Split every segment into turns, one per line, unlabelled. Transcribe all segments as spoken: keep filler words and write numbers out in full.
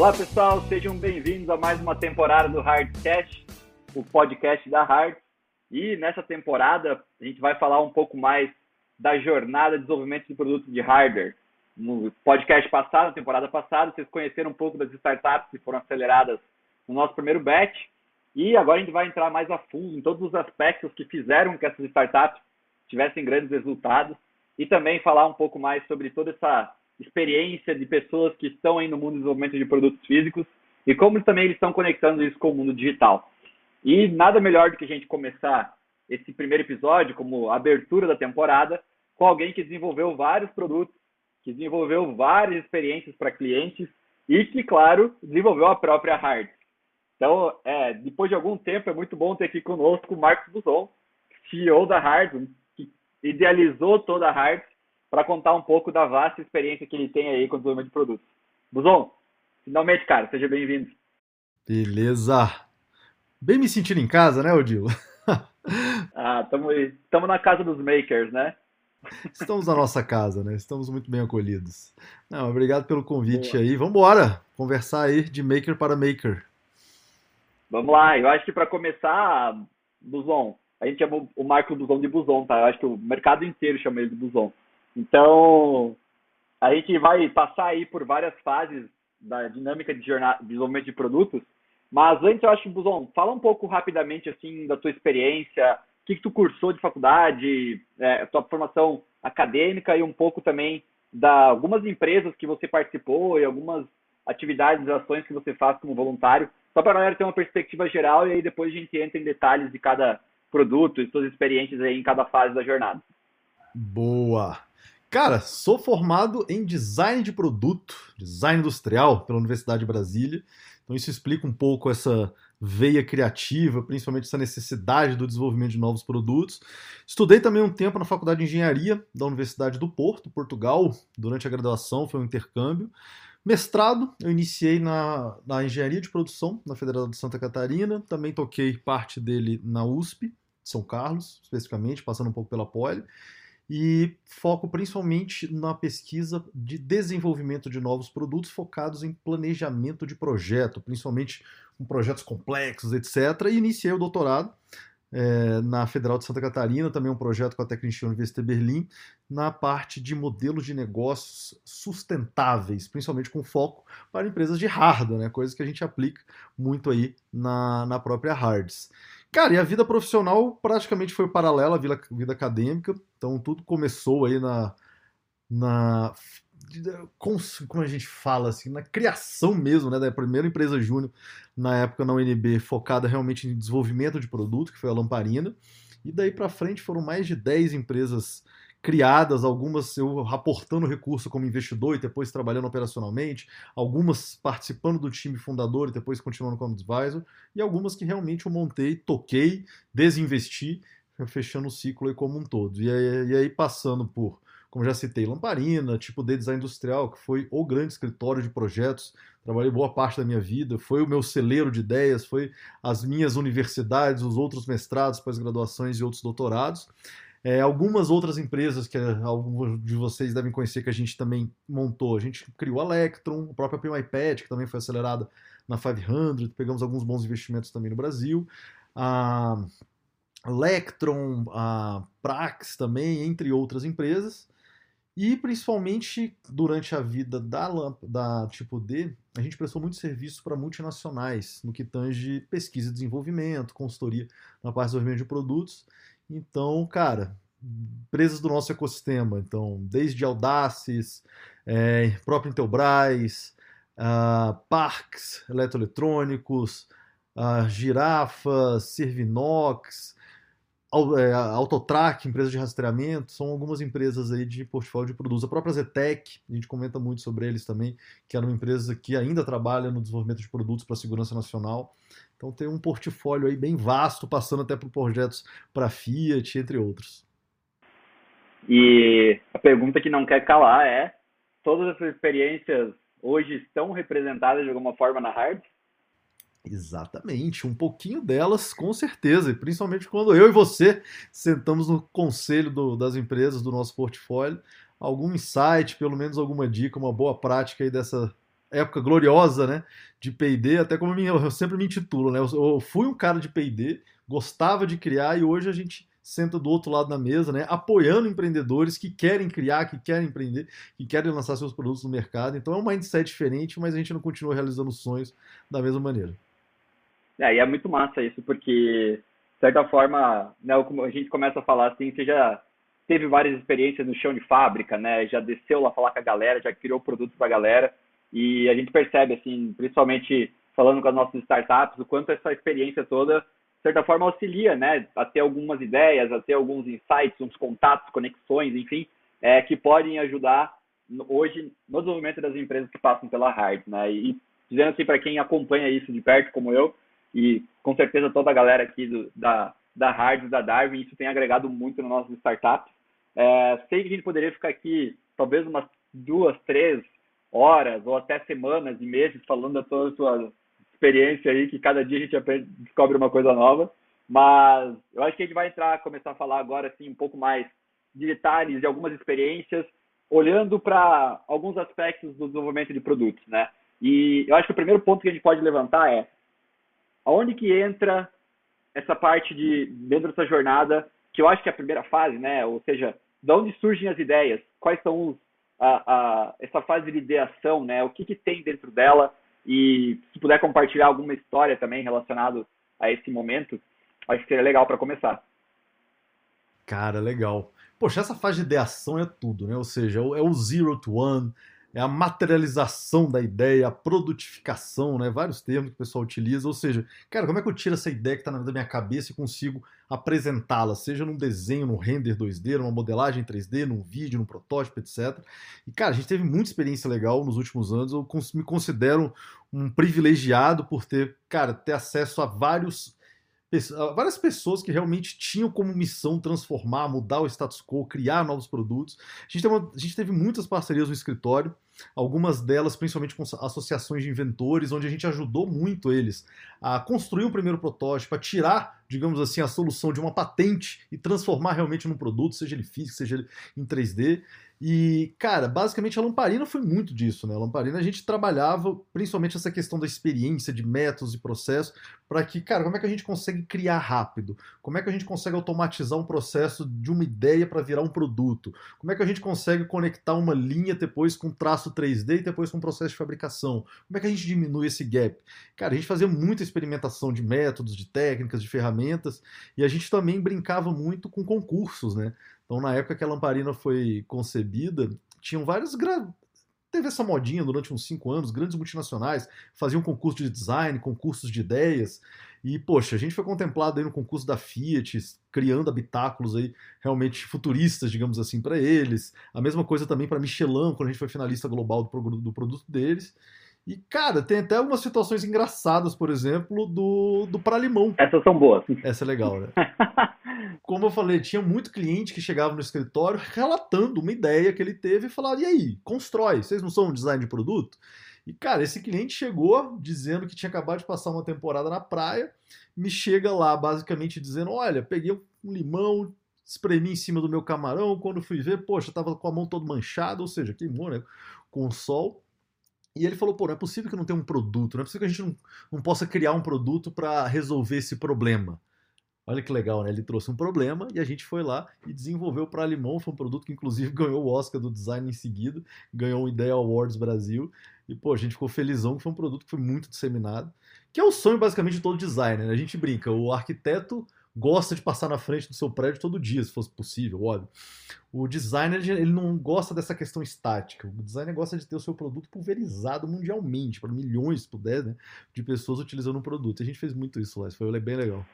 Olá pessoal, sejam bem-vindos a mais uma temporada do Hardcast, o podcast da Hard. E nessa temporada a gente vai falar um pouco mais da jornada de desenvolvimento de produtos de hardware. No podcast passado, na temporada passada, vocês conheceram um pouco das startups que foram aceleradas no nosso primeiro batch. E agora a gente vai entrar mais a fundo em todos os aspectos que fizeram que essas startups tivessem grandes resultados e também falar um pouco mais sobre toda essa experiência de pessoas que estão aí no mundo do desenvolvimento de produtos físicos e como também eles estão conectando isso com o mundo digital. E nada melhor do que a gente começar esse primeiro episódio, como abertura da temporada, com alguém que desenvolveu vários produtos, que desenvolveu várias experiências para clientes e que, claro, desenvolveu a própria Hard. Então, é, depois de algum tempo, é muito bom ter aqui conosco o Marcos Buzon, C E O da Hard, que idealizou toda a Hard, para contar um pouco da vasta experiência que ele tem aí com o desenvolvimento de produtos. Buzon, finalmente, cara, seja bem-vindo.
Beleza. Bem me sentindo em casa, né, Odilo?
Ah, estamos na casa dos makers, né?
Estamos na nossa casa, né? Estamos muito bem acolhidos. Não, obrigado pelo convite
Boa.
aí. Vamos embora conversar aí de maker para maker.
Vamos lá, eu acho que para começar, Buzon, a gente chama o Marcos Buzon de Buzon, tá? Eu acho que o mercado inteiro chama ele de Buzon. Então, a gente vai passar aí por várias fases da dinâmica de, jornada, de desenvolvimento de produtos, mas antes eu acho, Buzon, fala um pouco rapidamente assim da tua experiência, o que, que tu cursou de faculdade, é, tua formação acadêmica e um pouco também da algumas empresas que você participou e algumas atividades e ações que você faz como voluntário, só para a galera ter uma perspectiva geral e aí depois a gente entra em detalhes de cada produto e suas experiências aí em cada fase da jornada.
Boa! Cara, sou formado em design de produto, design industrial pela Universidade de Brasília. Então isso explica um pouco essa veia criativa, principalmente essa necessidade do desenvolvimento de novos produtos. Estudei também um tempo na Faculdade de Engenharia da Universidade do Porto, Portugal, durante a graduação, foi um intercâmbio. Mestrado, eu iniciei na, na Engenharia de Produção, na Federal de Santa Catarina, também toquei parte dele na U S P, São Carlos, especificamente, passando um pouco pela Poli. E foco principalmente na pesquisa de desenvolvimento de novos produtos focados em planejamento de projeto, principalmente com projetos complexos, etcétera. E iniciei o doutorado é, na Federal de Santa Catarina, também um projeto com a Technische Universität Berlin, na parte de modelos de negócios sustentáveis, principalmente com foco para empresas de hardware, né? Coisa que a gente aplica muito aí na, na própria Hards. Cara, e a vida profissional praticamente foi paralela à vida, vida acadêmica, então tudo começou aí na, na como, como a gente fala assim, na criação mesmo, né, da primeira empresa júnior na época na U N B, focada realmente em desenvolvimento de produto, que foi a Lamparina, e daí para frente foram mais de dez empresas criadas, algumas eu aportando recurso como investidor e depois trabalhando operacionalmente, algumas participando do time fundador e depois continuando como advisor, e algumas que realmente eu montei, toquei, desinvesti, fechando o ciclo aí como um todo. E aí, e aí passando por, como já citei, Lamparina, tipo D Design Industrial, que foi o grande escritório de projetos, trabalhei boa parte da minha vida, foi o meu celeiro de ideias, foi as minhas universidades, os outros mestrados, pós-graduações e outros doutorados. É, algumas outras empresas que alguns de vocês devem conhecer que a gente também montou. A gente criou a Electron, a própria PMiPad, que também foi acelerada na quinhentos, pegamos alguns bons investimentos também no Brasil. A Electron, a Prax também, entre outras empresas. E principalmente durante a vida da, da Tipo D, a gente prestou muito serviço para multinacionais, no que tange pesquisa e desenvolvimento, consultoria na parte de desenvolvimento de produtos. Então, cara, empresas do nosso ecossistema, então, desde Audaces, é, próprio Intelbras, uh, Parks Eletroeletrônicos, uh, Girafas, Servinox, Autotrack, empresa de rastreamento, são algumas empresas aí de portfólio de produtos. A própria Zetec, a gente comenta muito sobre eles também, que era uma empresa que ainda trabalha no desenvolvimento de produtos para a segurança nacional. Então tem um portfólio aí bem vasto, passando até por projetos para Fiat, entre outros.
E a pergunta que não quer calar é, todas essas experiências hoje estão representadas de alguma forma na Hard?
Exatamente, um pouquinho delas, com certeza, e principalmente quando eu e você sentamos no conselho do, das empresas do nosso portfólio, algum insight, pelo menos alguma dica, uma boa prática aí dessa época gloriosa, né, de P e D, até como eu, me- eu sempre me intitulo, né? Eu, eu fui um cara de P e D, gostava de criar e hoje a gente senta do outro lado da mesa, né, apoiando empreendedores que querem criar, que querem empreender, que querem lançar seus produtos no mercado. Então é um mindset diferente, mas a gente não continua realizando sonhos da mesma maneira.
É, e é muito massa isso, porque, de certa forma, né, como a gente começa a falar assim, você já teve várias experiências no chão de fábrica, né? Já desceu lá falar com a galera, já criou produto para a galera, e a gente percebe, assim, principalmente falando com as nossas startups, o quanto essa experiência toda, de certa forma, auxilia, né? A ter algumas ideias, a ter alguns insights, uns contatos, conexões, enfim, é, que podem ajudar no- hoje no desenvolvimento das empresas que passam pela Hard, né? E dizendo assim para quem acompanha isso de perto, como eu, e com certeza toda a galera aqui do, da, da Hard e da Darwin, isso tem agregado muito nas nossas startups. É, sei que a gente poderia ficar aqui talvez umas duas, três horas ou até semanas e meses falando da toda a sua experiência aí, que cada dia a gente aprende, descobre uma coisa nova. Mas eu acho que a gente vai entrar, começar a falar agora assim um pouco mais de detalhes de algumas experiências, olhando para alguns aspectos do desenvolvimento de produtos, né? E eu acho que o primeiro ponto que a gente pode levantar é aonde que entra essa parte de dentro dessa jornada, que eu acho que é a primeira fase, né? Ou seja, de onde surgem as ideias? Quais são os, a, a, essa fase de ideação, né? O que, que tem dentro dela? E se puder compartilhar alguma história também relacionada a esse momento, acho que seria legal para começar.
Cara, legal. Poxa, essa fase de ideação é tudo, né? Ou seja, é o é o zero to one, é a materialização da ideia, a produtificação, né? Vários termos que o pessoal utiliza. Ou seja, cara, como é que eu tiro essa ideia que está na minha cabeça e consigo apresentá-la, seja num desenho, num render dois D, numa modelagem três D, num vídeo, num protótipo, etcétera. E, cara, a gente teve muita experiência legal nos últimos anos. Eu cons- me considero um privilegiado por ter, cara, ter acesso a vários várias pessoas que realmente tinham como missão transformar, mudar o status quo, criar novos produtos. A gente, teve, uma, a gente teve muitas parcerias no escritório, algumas delas principalmente com associações de inventores, onde a gente ajudou muito eles a construir um primeiro protótipo, a tirar, digamos assim, a solução de uma patente e transformar realmente num produto, seja ele físico, seja ele em três D. E, cara, basicamente a Lamparina foi muito disso, né? A Lamparina a gente trabalhava principalmente essa questão da experiência, de métodos e processos, para que, cara, como é que a gente consegue criar rápido? Como é que a gente consegue automatizar um processo de uma ideia para virar um produto? Como é que a gente consegue conectar uma linha depois com traço três D e depois com processo de fabricação? Como é que a gente diminui esse gap? Cara, a gente fazia muita experimentação de métodos, de técnicas, de ferramentas, e a gente também brincava muito com concursos, né? Então, na época que a lamparina foi concebida, tinham vários teve essa modinha durante uns cinco anos, grandes multinacionais faziam concurso de design, concursos de ideias, e, poxa, a gente foi contemplado aí no concurso da Fiat, criando habitáculos aí realmente futuristas, digamos assim, para eles. A mesma coisa também para Michelin, quando a gente foi finalista global do, do produto deles. E, cara, tem até algumas situações engraçadas, por exemplo, do, do Pralimão.
Essas são boas.
Essa é legal, né? Como eu falei, tinha muito cliente que chegava no escritório relatando uma ideia que ele teve e falava: e aí, constrói, vocês não são um design de produto? E, cara, esse cliente chegou dizendo que tinha acabado de passar uma temporada na praia, me chega lá basicamente dizendo: olha, peguei um limão, espremi em cima do meu camarão, quando fui ver, poxa, tava com a mão toda manchada, ou seja, queimou, né, com o sol. E ele falou: pô, não é possível que não tenha um produto, não é possível que a gente não, não possa criar um produto para resolver esse problema. Olha que legal, né? Ele trouxe um problema e a gente foi lá e desenvolveu para Limão. Foi um produto que, inclusive, ganhou o Oscar do design em seguida, ganhou o Ideia Awards Brasil. E, pô, a gente ficou felizão que foi um produto que foi muito disseminado, que é o sonho, basicamente, de todo designer, né? A gente brinca, o arquiteto gosta de passar na frente do seu prédio todo dia, se fosse possível, óbvio. O designer, ele não gosta dessa questão estática. O designer gosta de ter o seu produto pulverizado mundialmente, para milhões, se puder, né, de pessoas utilizando o produto. E a gente fez muito isso lá, isso foi bem legal.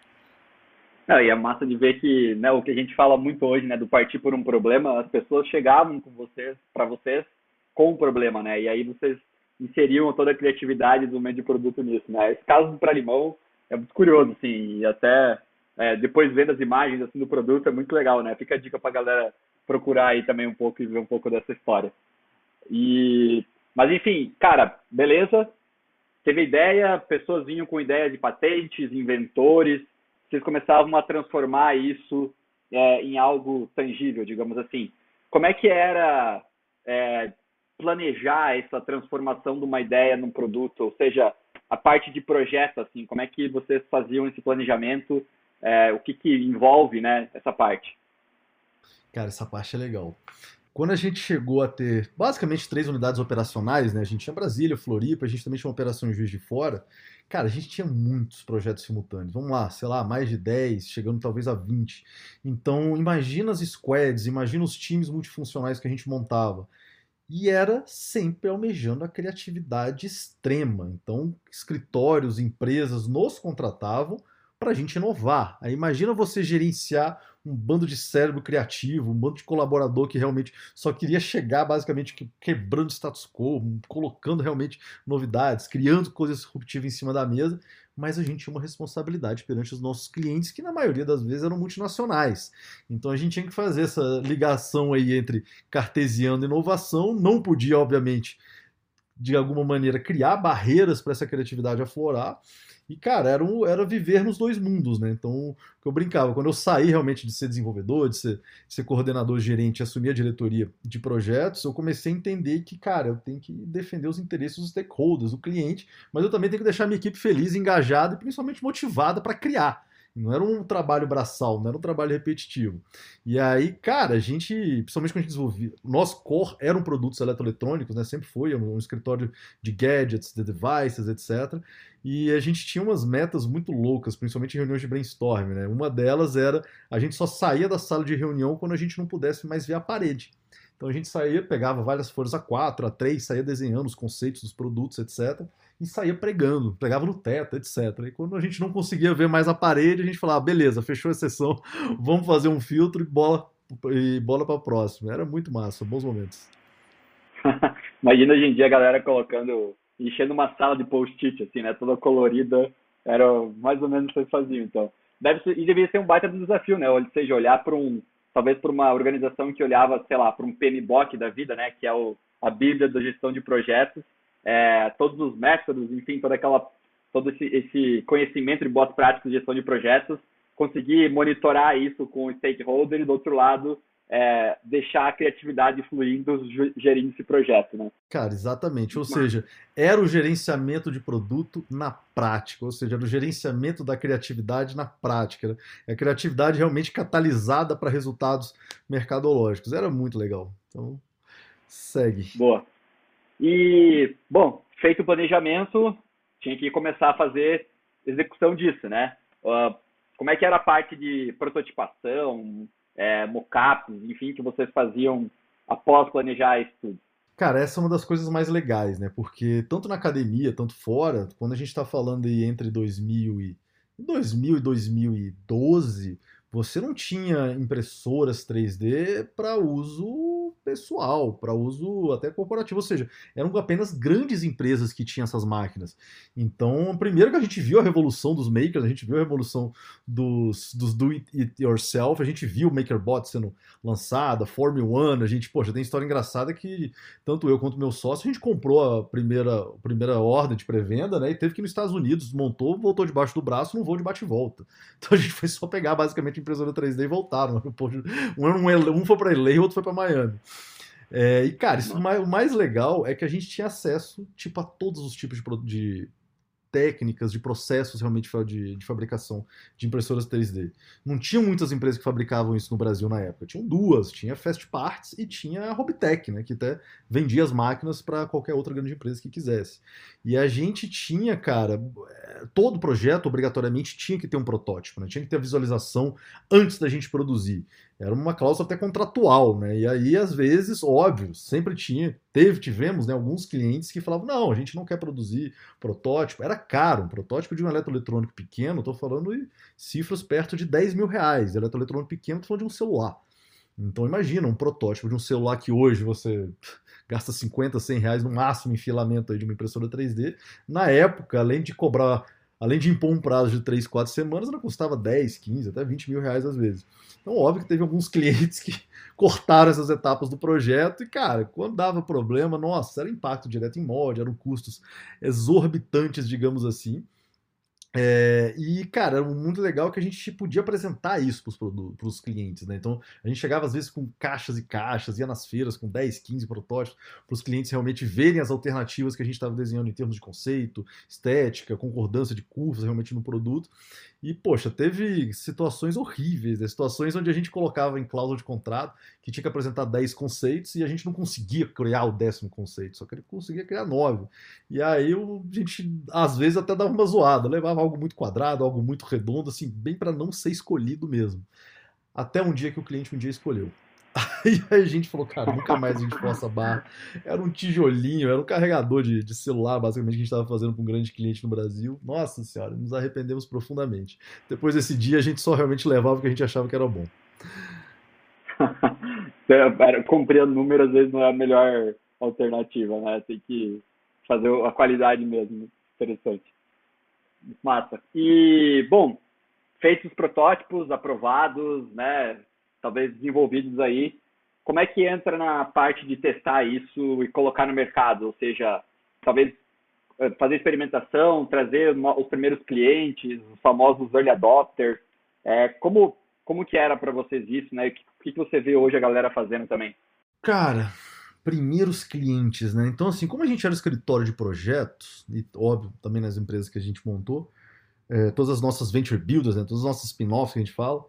Não, e é massa de ver que, né, o que a gente fala muito hoje, né, do partir por um problema, as pessoas chegavam com vocês, para vocês, com um problema, né? E aí vocês inseriam toda a criatividade do meio de produto nisso, né? Esse caso do Pralimão é muito curioso, assim, e até é, depois vendo as imagens assim do produto é muito legal, né? Fica a dica pra galera procurar aí também um pouco e ver um pouco dessa história. E, mas enfim, cara, beleza? Teve ideia, pessoas vinham com ideias de patentes, inventores, vocês começavam a transformar isso é, em algo tangível, digamos assim. Como é que era, é, planejar essa transformação de uma ideia num produto? Ou seja, a parte de projeto, assim, como é que vocês faziam esse planejamento? É, o que, que envolve, né, essa parte?
Cara, essa parte é legal. Quando a gente chegou a ter basicamente três unidades operacionais, né? A gente tinha Brasília, Floripa, a gente também tinha uma operação em Juiz de Fora. Cara, a gente tinha muitos projetos simultâneos. Vamos lá, sei lá, mais de dez, chegando talvez a vinte. Então, imagina as squads, imagina os times multifuncionais que a gente montava. E era sempre almejando a criatividade extrema. Então, escritórios, empresas nos contratavam para a gente inovar. Aí imagina você gerenciar um bando de cérebro criativo, um bando de colaborador que realmente só queria chegar basicamente quebrando status quo, colocando realmente novidades, criando coisas disruptivas em cima da mesa, mas a gente tinha uma responsabilidade perante os nossos clientes, que na maioria das vezes eram multinacionais. Então a gente tinha que fazer essa ligação aí entre cartesiano e inovação, não podia, obviamente, de alguma maneira, criar barreiras para essa criatividade aflorar. E, cara, era, um, era viver nos dois mundos, né? Então, o que eu brincava, quando eu saí realmente de ser desenvolvedor, de ser, de ser coordenador gerente e assumir a diretoria de projetos, eu comecei a entender que, cara, eu tenho que defender os interesses dos stakeholders, do cliente, mas eu também tenho que deixar minha equipe feliz, engajada e principalmente motivada para criar. Não era um trabalho braçal, não era um trabalho repetitivo. E aí, cara, a gente, principalmente quando a gente desenvolvia, o nosso core eram produtos eletroeletrônicos, né? Sempre foi um escritório de gadgets, de devices, etcétera. E a gente tinha umas metas muito loucas, principalmente em reuniões de brainstorm, né? Uma delas era a gente só saía da sala de reunião quando a gente não pudesse mais ver a parede. Então a gente saía, pegava várias folhas A quatro, A três, saía desenhando os conceitos dos produtos, etcétera. E saía pregando, pregava no teto, etcétera. E quando a gente não conseguia ver mais a parede, a gente falava, beleza, fechou a sessão, vamos fazer um filtro e bola, e bola para a próxima. Era muito massa, bons momentos.
Imagina hoje em dia a galera colocando, enchendo uma sala de post-it, assim, né? Toda colorida. Era mais ou menos o que vocês faziam, então. Deve ser, e devia ser um baita do desafio, né? Ou seja, olhar para um, talvez para uma organização que olhava, sei lá, para um P M B O K da vida, né? Que é o, a bíblia da gestão de projetos. É, todos os métodos, enfim, toda aquela, todo esse, esse conhecimento de boas práticas de gestão de projetos, conseguir monitorar isso com o stakeholder e, do outro lado, é, deixar a criatividade fluindo gerindo esse projeto, né?
Cara, exatamente. Ou seja, era o gerenciamento de produto na prática, ou seja, era o gerenciamento da criatividade na prática. Né? A criatividade realmente catalisada para resultados mercadológicos. Era muito legal. Então, segue.
Boa. E, bom, feito o planejamento, tinha que começar a fazer execução disso, né? Uh, como é que era a parte de prototipação, é, mockups, enfim, que vocês faziam após planejar isso tudo?
Cara, essa é uma das coisas mais legais, né? Porque tanto na academia, tanto fora, quando a gente está falando aí entre dois mil e dois mil e dois mil e doze, você não tinha impressoras três D para uso pessoal, para uso até corporativo, ou seja, eram apenas grandes empresas que tinham essas máquinas. Então, primeiro que a gente viu a revolução dos makers, a gente viu a revolução dos, dos do it yourself, a gente viu o MakerBot sendo lançado, a Formula One, a gente, poxa, tem história engraçada que tanto eu quanto meu sócio, a gente comprou a primeira, a primeira ordem de pré-venda, né, e teve que ir nos Estados Unidos, montou, voltou debaixo do braço, num voo de bate e volta. Então a gente foi só pegar basicamente a impressora três D e voltaram. Um, um, um foi para L A e o outro foi para Miami. É, e, cara, isso, o mais legal é que a gente tinha acesso tipo, a todos os tipos de, de técnicas, de processos realmente de, de fabricação de impressoras três D. Não tinham muitas empresas que fabricavam isso no Brasil na época. Tinham duas, tinha a Fast Parts e tinha a Robitech, né, que até vendia as máquinas para qualquer outra grande empresa que quisesse. E a gente tinha, cara, todo projeto obrigatoriamente tinha que ter um protótipo, né, tinha que ter a visualização antes da gente produzir. Era uma cláusula até contratual, né? E aí, às vezes, óbvio, sempre tinha, teve, tivemos, né, alguns clientes que falavam, não, a gente não quer produzir protótipo. Era caro, um protótipo de um eletroeletrônico pequeno, estou falando de cifras perto de dez mil reais. Eletroeletrônico pequeno, estou falando de um celular. Então, imagina, um protótipo de um celular que hoje você gasta cinquenta, cem reais no máximo em filamento aí de uma impressora três D. Na época, além de cobrar, além de impor um prazo de três, quatro semanas, ela custava dez, quinze, até vinte mil reais às vezes. Então, óbvio que teve alguns clientes que cortaram essas etapas do projeto e, cara, quando dava problema, nossa, era impacto direto em molde, eram custos exorbitantes, digamos assim. É, e, cara, era muito legal que a gente podia apresentar isso para os clientes, né? Então, a gente chegava às vezes com caixas e caixas, ia nas feiras com dez, quinze protótipos, para os clientes realmente verem as alternativas que a gente estava desenhando em termos de conceito, estética, concordância de curvas realmente no produto. E, poxa, teve situações horríveis, né? Situações onde a gente colocava em cláusula de contrato que tinha que apresentar dez conceitos e a gente não conseguia criar o décimo conceito, só que ele conseguia criar nove. E aí a gente, às vezes, até dava uma zoada, levava algo muito quadrado, algo muito redondo, assim, bem para não ser escolhido mesmo. Até um dia que o cliente um dia escolheu. Aí a gente falou, cara, nunca mais a gente força a barra. Era um tijolinho, era um carregador de, de celular, basicamente, que a gente estava fazendo para um grande cliente no Brasil. Nossa senhora, nos arrependemos profundamente. Depois desse dia, a gente só realmente levava o que a gente achava que era bom.
Cumprir o número às vezes não é a melhor alternativa, né? Tem que fazer a qualidade mesmo. Interessante. Massa. E, bom, feitos os protótipos, aprovados, né? Talvez desenvolvidos aí, como é que entra na parte de testar isso e colocar no mercado? Ou seja, talvez eh, fazer experimentação, trazer no- os primeiros clientes, os famosos early adopters. É, como, como que era para vocês isso, né? O que, o que que você vê hoje a galera fazendo também?
Cara, primeiros clientes, né? Então, assim, como a gente era escritório de projetos, e óbvio, também nas empresas que a gente montou, eh, todas as nossas venture builders, né? Todos os nossos spin-offs que a gente fala,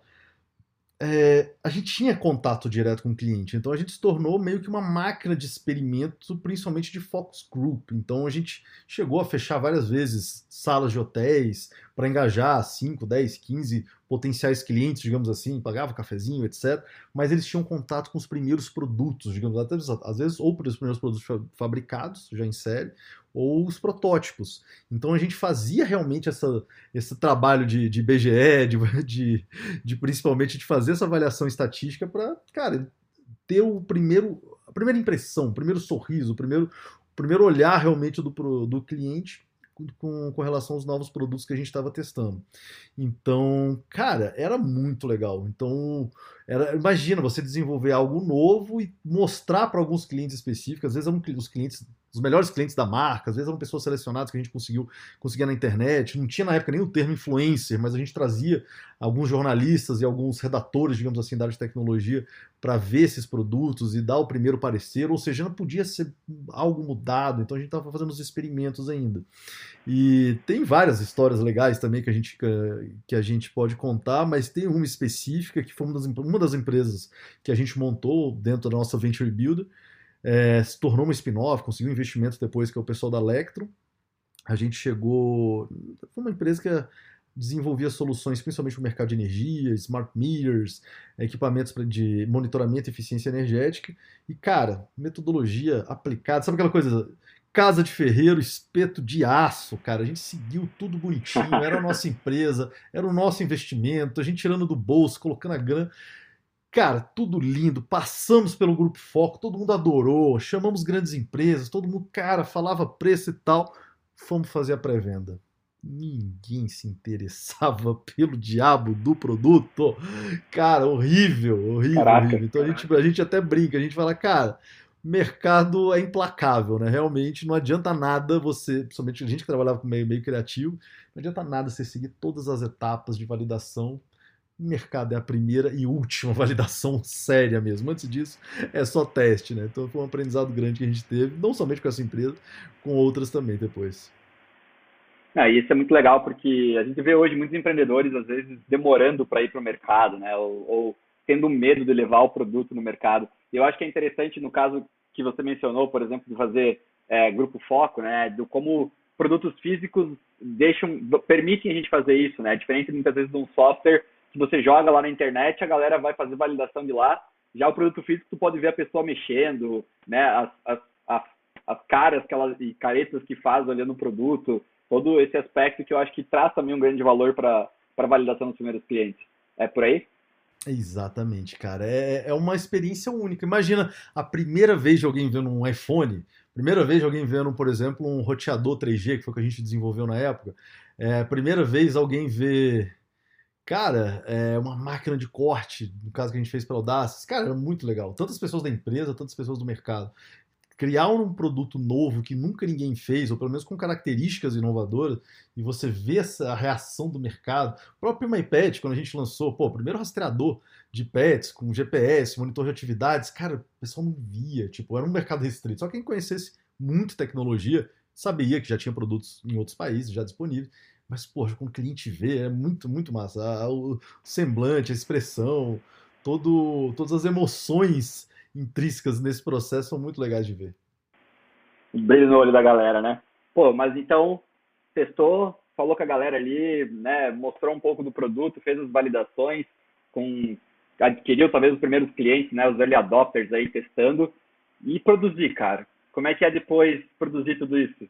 é, a gente tinha contato direto com o cliente, então a gente se tornou meio que uma máquina de experimento, principalmente de focus group. Então a gente chegou a fechar várias vezes salas de hotéis para engajar cinco, dez, quinze potenciais clientes, digamos assim, pagava cafezinho, etcétera. Mas eles tinham contato com os primeiros produtos, digamos, até, às vezes, ou pelos primeiros produtos fabricados, já em série, ou os protótipos. Então a gente fazia realmente essa, esse trabalho de, de I B G E, de, de de principalmente de fazer essa avaliação estatística para, cara, ter o primeiro, a primeira impressão, o primeiro sorriso, o primeiro, o primeiro olhar realmente do, do cliente com, com relação aos novos produtos que a gente estava testando. Então, cara, era muito legal. Então, era, imagina você desenvolver algo novo e mostrar para alguns clientes específicos, às vezes eram os clientes, os melhores clientes da marca, às vezes eram pessoas selecionadas que a gente conseguiu conseguia na internet. Não tinha na época nem o termo influencer, mas a gente trazia alguns jornalistas e alguns redatores, digamos assim, da área de tecnologia para ver esses produtos e dar o primeiro parecer, ou seja, não podia ser algo mudado, então a gente estava fazendo os experimentos ainda. E tem várias histórias legais também que a gente, que a gente pode contar, mas tem uma específica que foi uma das, uma das empresas que a gente montou dentro da nossa Venture Builder, é, se tornou uma spin-off, conseguiu investimento depois, que é o pessoal da Electron. A gente chegou. Foi uma empresa que desenvolvia soluções principalmente no mercado de energia, smart meters, equipamentos de monitoramento e eficiência energética. E, cara, metodologia aplicada, sabe aquela coisa? Casa de ferreiro, espeto de aço, cara. A gente seguiu tudo bonitinho, era a nossa empresa, era o nosso investimento, a gente tirando do bolso, colocando a grana. Cara, tudo lindo. Passamos pelo Grupo Foco, todo mundo adorou, chamamos grandes empresas, todo mundo, cara, falava preço e tal. Fomos fazer a pré-venda. Ninguém se interessava pelo diabo do produto. Cara, horrível, horrível,
Caraca.
horrível. Então a gente, a gente até brinca, a gente fala, cara, mercado é implacável, né? Realmente não adianta nada você, principalmente a gente que trabalhava com meio, meio criativo, não adianta nada você seguir todas as etapas de validação. O mercado é a primeira e última validação séria mesmo. Antes disso, é só teste, né? Então foi um aprendizado grande que a gente teve, não somente com essa empresa, com outras também depois.
Ah, e isso é muito legal porque a gente vê hoje muitos empreendedores, às vezes, demorando para ir para o mercado, né? Ou, ou tendo medo de levar o produto no mercado. E eu acho que é interessante, no caso que você mencionou, por exemplo, de fazer é, grupo foco, né? Do como produtos físicos deixam, permitem a gente fazer isso, né? Diferente muitas vezes de um software que você joga lá na internet, a galera vai fazer validação de lá. Já o produto físico, tu pode ver a pessoa mexendo, né? As, as, as, as caras que ela, e caretas que faz olhando o produto, todo esse aspecto que eu acho que traz também um grande valor para a validação dos primeiros clientes. É por aí?
Exatamente, cara. É, é uma experiência única. Imagina a primeira vez de alguém vendo um iPhone, primeira vez de alguém vendo, por exemplo, um roteador três G, que foi o que a gente desenvolveu na época. É, primeira vez alguém vê, cara, é, uma máquina de corte, no caso que a gente fez para Audaces. Cara, era muito legal. Tantas pessoas da empresa, tantas pessoas do mercado. criar um produto novo que nunca ninguém fez, ou pelo menos com características inovadoras, e você vê essa reação do mercado. O próprio MyPet, quando a gente lançou, pô, o primeiro rastreador de pets com G P S, monitor de atividades, cara, o pessoal não via, tipo, era um mercado restrito. Só quem conhecesse muito tecnologia sabia que já tinha produtos em outros países já disponíveis. Mas, poxa, quando o cliente vê, é muito, muito massa. O semblante, a expressão, todo, todas as emoções intrínsecas nesse processo são muito legais de ver.
O brilho no olho da galera, né? Pô, mas então, testou, falou com a galera ali, né? Mostrou um pouco do produto, fez as validações, com, adquiriu talvez os primeiros clientes, né? Os early adopters aí testando. E produzir, cara. Como é que é depois produzir tudo isso?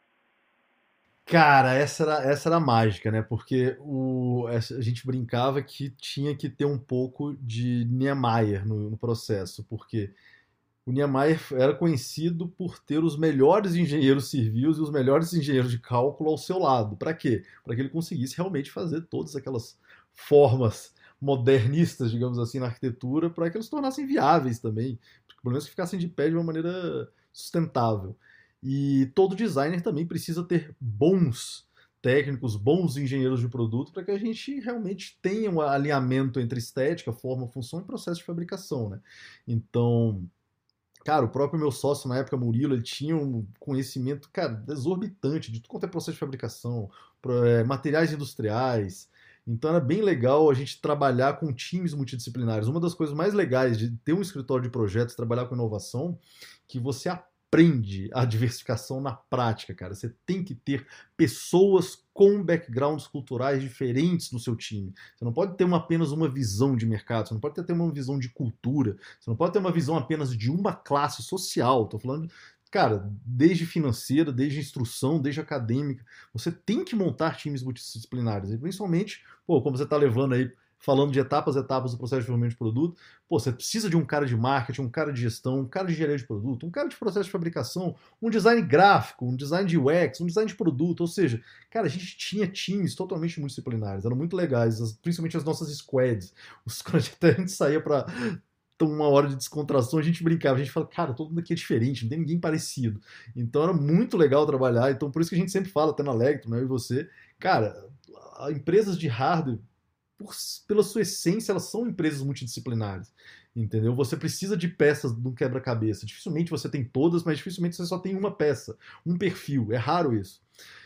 Cara, essa era, essa era a mágica, né? Porque o, essa- a gente brincava que tinha que ter um pouco de Niemeyer no, no processo, porque o Niemeyer era conhecido por ter os melhores engenheiros civis e os melhores engenheiros de cálculo ao seu lado. Para quê? Para que ele conseguisse realmente fazer todas aquelas formas modernistas, digamos assim, na arquitetura, para que eles se tornassem viáveis também, pelo menos que ficassem de pé de uma maneira sustentável. E todo designer também precisa ter bons técnicos, bons engenheiros de produto, para que a gente realmente tenha um alinhamento entre estética, forma, função e processo de fabricação, né? Então, cara, o próprio meu sócio na época, Murilo, ele tinha um conhecimento, cara, exorbitante de tudo quanto é processo de fabricação, pro- é, materiais industriais. Então era bem legal a gente trabalhar com times multidisciplinares. Uma das coisas mais legais de ter um escritório de projetos, trabalhar com inovação, que você aprende a diversificação na prática, cara. Você tem que ter pessoas com backgrounds culturais diferentes no seu time. Você não pode ter uma, apenas uma visão de mercado, você não pode ter uma visão de cultura, você não pode ter uma visão apenas de uma classe social. Estou falando, cara, desde financeira, desde instrução, desde acadêmica. Você tem que montar times multidisciplinares, e principalmente, pô, como você está levando aí, falando de etapas, etapas do processo de desenvolvimento de produto, pô, você precisa de um cara de marketing, um cara de gestão, um cara de engenharia de produto, um cara de processo de fabricação, um design gráfico, um design de U X, um design de produto, ou seja, cara, a gente tinha times totalmente multidisciplinares, eram muito legais, as- principalmente as nossas squads. Os, quando até a gente saía para uma hora de descontração, a gente brincava, a gente falava, cara, todo mundo aqui é diferente, não tem ninguém parecido. Então era muito legal trabalhar, então por isso que a gente sempre fala, até na Lectro, né, eu e você, cara, empresas de hardware, por, pela sua essência, elas são empresas multidisciplinares. Entendeu? Você precisa de peças no quebra-cabeça. Dificilmente você tem todas, mas dificilmente você só tem uma peça, um perfil. É raro isso.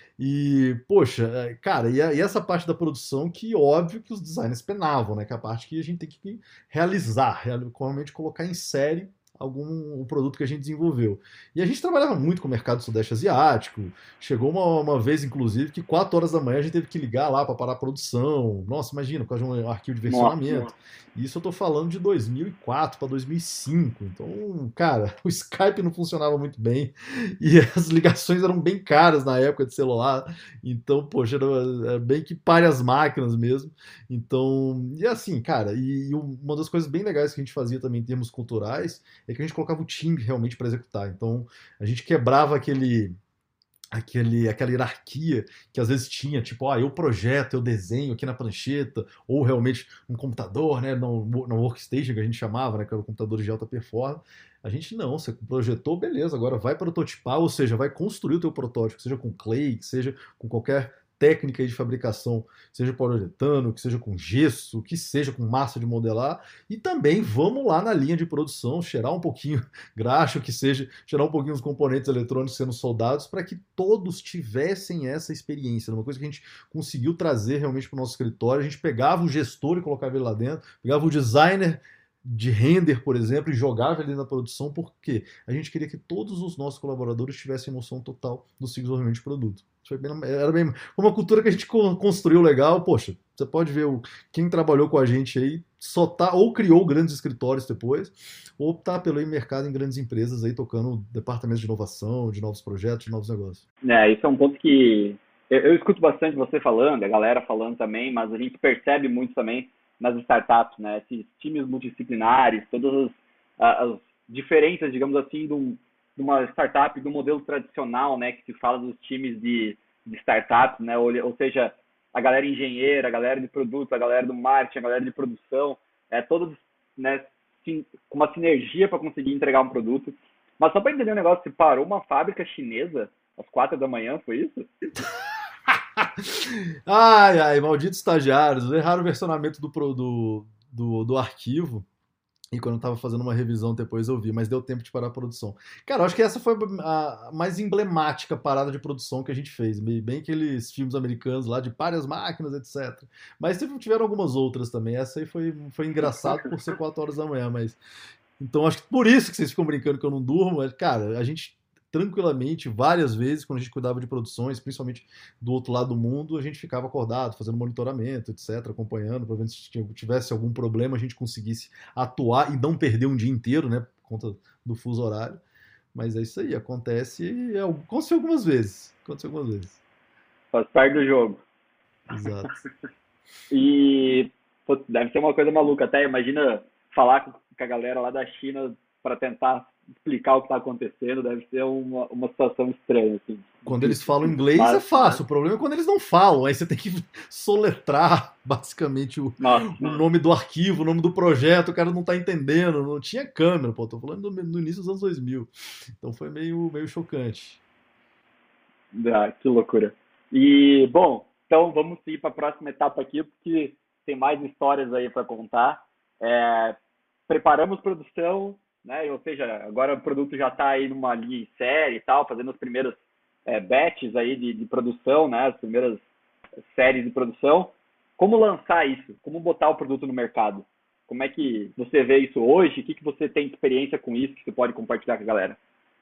E, poxa, é, cara, e, a- e essa parte da produção que óbvio que os designers penavam, né? Que é a parte que a gente tem que realizar, real- realmente colocar em série algum o produto que a gente desenvolveu. E a gente trabalhava muito com o mercado sudeste asiático. Chegou uma, uma vez, inclusive, que quatro horas da manhã a gente teve que ligar lá para parar a produção. Nossa, imagina, por causa de um arquivo de
Nossa,
versionamento. E isso eu tô falando de dois mil e quatro para dois mil e cinco. Então, cara, o Skype não funcionava muito bem. E as ligações eram bem caras na época de celular, então, poxa, era, era bem que pare as máquinas mesmo. Então, e assim, cara, e, e uma das coisas bem legais que a gente fazia também em termos culturais é que a gente colocava o time realmente para executar. Então, a gente quebrava aquele aquele, aquela hierarquia que às vezes tinha, tipo, ah, eu projeto, eu desenho aqui na prancheta, ou realmente um computador, né, no, no workstation que a gente chamava, né, que era o computador de alta performance. A gente não, você projetou, beleza, agora vai prototipar, ou seja, vai construir o teu protótipo, seja com clay, seja com qualquer técnica de fabricação, seja poliuretano, que seja com gesso, que seja com massa de modelar, e também vamos lá na linha de produção, cheirar um pouquinho graxa, que seja, tirar um pouquinho os componentes eletrônicos sendo soldados para que todos tivessem essa experiência. Uma coisa que a gente conseguiu trazer realmente para o nosso escritório, a gente pegava o gestor e colocava ele lá dentro, pegava o designer de render, por exemplo, e jogava ele na produção, porque a gente queria que todos os nossos colaboradores tivessem noção total do ciclo de desenvolvimento de produto. Isso foi bem, era bem uma cultura que a gente construiu legal. Poxa, você pode ver o, quem trabalhou com a gente aí só tá ou criou grandes escritórios depois, ou tá pelo mercado em grandes empresas aí tocando departamentos de inovação, de novos projetos, de novos negócios.
é, isso é um ponto que eu, eu escuto bastante você falando, a galera falando também, mas a gente percebe muito também nas startups, né? Esses times multidisciplinares, todas as, as diferenças, digamos assim, de, um, de uma startup, do modelo tradicional, né? Que se fala dos times de, de startups, né? Ou, ou seja, a galera engenheira, a galera de produto, a galera do marketing, a galera de produção, é, todos, né, sim, com uma sinergia para conseguir entregar um produto. Mas só para entender um negócio, você parou uma fábrica chinesa às quatro da manhã, foi isso?
Ai, ai, malditos estagiários, erraram o versionamento do, pro- do, do, do arquivo. E quando eu tava fazendo uma revisão depois eu vi, mas deu tempo de parar a produção. Cara, eu acho que essa foi a mais emblemática parada de produção que a gente fez. Meio bem aqueles filmes americanos lá de várias máquinas, etcétera. Mas tiveram algumas outras também. Essa aí foi, foi engraçado por ser quatro horas da manhã, mas então, acho que por isso que vocês ficam brincando que eu não durmo. Mas, cara, a gente tranquilamente, várias vezes, quando a gente cuidava de produções, principalmente do outro lado do mundo, a gente ficava acordado, fazendo monitoramento, etcétera, acompanhando, para ver se tivesse algum problema, a gente conseguisse atuar e não perder um dia inteiro, né, por conta do fuso horário. Mas é isso aí, acontece, é, aconteceu algumas vezes. Aconteceu algumas vezes.
Faz parte do jogo.
Exato.
E pô, deve ser uma coisa maluca. Até imagina falar com com a galera lá da China para tentar explicar o que está acontecendo. Deve ser uma, uma situação estranha, assim.
Quando eles falam inglês é
Mas,
fácil, o problema é quando eles não falam. Aí você tem que soletrar basicamente o,
nossa,
o nome do arquivo, o nome do projeto, o cara não tá entendendo, não tinha câmera, pô, tô falando no, no início dos anos dois mil. Então foi meio, meio chocante.
ah, que loucura. E, bom, então vamos ir para a próxima etapa aqui, porque tem mais histórias aí para contar. É, preparamos produção, né? Ou seja, agora o produto já está aí numa linha em série e tal, fazendo os primeiros é, batches aí de, de produção, né? As primeiras séries de produção. Como lançar isso? Como botar o produto no mercado? Como é que você vê isso hoje? O que, que você tem de experiência com isso que você pode compartilhar com a galera?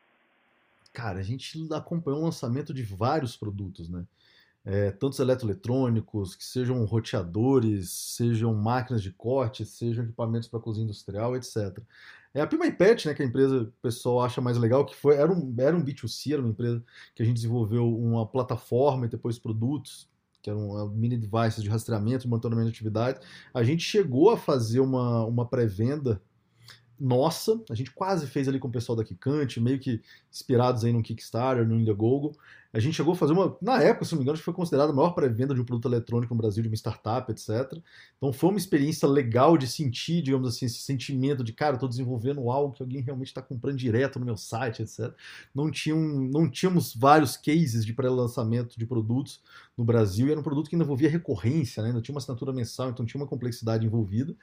Cara, a gente acompanhou o lançamento de vários produtos, né? É, tantos eletroeletrônicos, que sejam roteadores, sejam máquinas de corte, sejam equipamentos para cozinha industrial, etcétera. É a PimaIPet, né, que a empresa o pessoal acha mais legal, que foi, era um, era um B dois C, era uma empresa que a gente desenvolveu uma plataforma e depois produtos, que eram uh, mini devices de rastreamento, monitoramento de atividade. A gente chegou a fazer uma, uma pré-venda nossa, a gente quase fez ali com o pessoal da Kikante, meio que inspirados aí no Kickstarter, no Indiegogo. A gente chegou a fazer uma, na época, se não me engano, foi considerada a maior pré-venda de um produto eletrônico no Brasil, de uma startup, etcétera. Então foi uma experiência legal de sentir, digamos assim, esse sentimento de, cara, estou desenvolvendo algo que alguém realmente está comprando direto no meu site, etcétera. Não, tinham, não tínhamos vários cases de pré-lançamento de produtos no Brasil, e era um produto que ainda envolvia recorrência, né? Ainda tinha uma assinatura mensal, então tinha uma complexidade envolvida.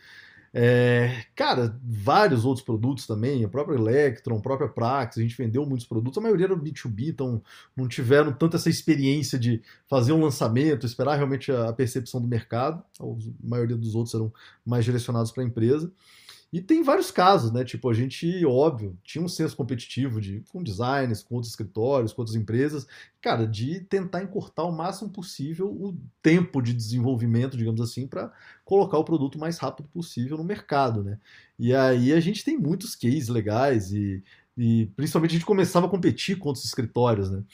É, cara, vários outros produtos também, a própria Electron, a própria Praxis, a gente vendeu muitos produtos, a maioria era B dois B, então não tiveram tanto essa experiência de fazer um lançamento, esperar realmente a percepção do mercado, a maioria dos outros eram mais direcionados para a empresa. E tem vários casos, né? Tipo, a gente, óbvio, tinha um senso competitivo de, com designers, com outros escritórios, com outras empresas, cara, de tentar encurtar o máximo possível o tempo de desenvolvimento, digamos assim, para colocar o produto o mais rápido possível no mercado, né? E aí a gente tem muitos cases legais e, e principalmente a gente começava a competir com outros escritórios, né?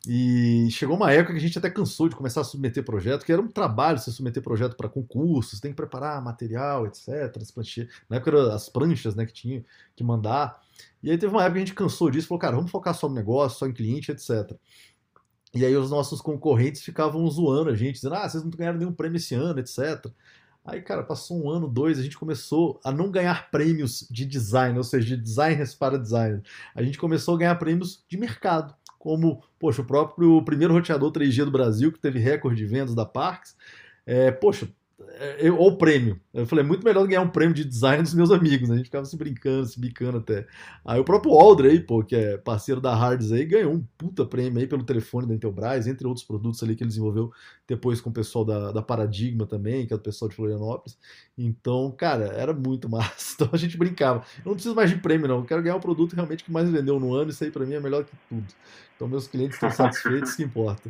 E chegou uma época que a gente até cansou de começar a submeter projeto, que era um trabalho você submeter projeto para concursos, tem que preparar material, etcétera. As planchas, na época eram as pranchas, né, que tinha que mandar. E aí teve uma época que a gente cansou disso, falou, cara, vamos focar só no negócio, só em cliente, etcétera. E aí os nossos concorrentes ficavam zoando a gente, dizendo, ah, vocês não ganharam nenhum prêmio esse ano, etcétera. Aí, cara, passou um ano, dois, a gente começou a não ganhar prêmios de design, ou seja, de designers para designers. A gente começou a ganhar prêmios de mercado, como, poxa, o próprio primeiro roteador três G do Brasil, que teve recorde de vendas da Parks. É, poxa, eu, ou o prêmio. Eu falei, é muito melhor ganhar um prêmio de design dos meus amigos, né? A gente ficava se brincando, se bicando até. Aí o próprio Aldre aí, pô, que é parceiro da Hards aí, ganhou um puta prêmio aí pelo telefone da Intelbras, entre outros produtos ali que ele desenvolveu depois com o pessoal da, da Paradigma também, que é o pessoal de Florianópolis. Então, cara, era muito massa. Então a gente brincava. Eu não preciso mais de prêmio, não. Eu quero ganhar o produto realmente que mais vendeu no ano, isso aí pra mim é melhor que tudo. Então meus clientes estão satisfeitos, isso que importa.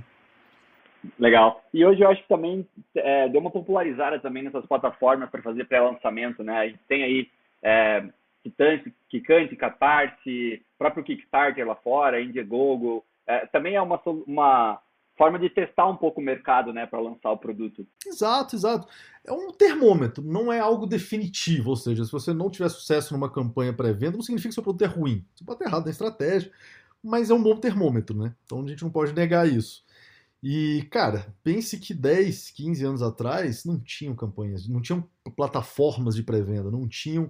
Legal. E hoje eu acho que também é, deu uma popularizada também nessas plataformas para fazer pré-lançamento, né? A gente tem aí é, Kikante, Kikante, Catarse, próprio Kickstarter lá fora, Indiegogo. É, também é uma, uma forma de testar um pouco o mercado, né, para lançar o produto.
Exato, exato. É um termômetro, não é algo definitivo. Ou seja, se você não tiver sucesso numa campanha pré-venda, não significa que seu produto é ruim. Você pode ter errado na estratégia, mas é um bom termômetro, né? Então a gente não pode negar isso. E, cara, pense que dez, quinze anos atrás não tinham campanhas, não tinham plataformas de pré-venda, não tinham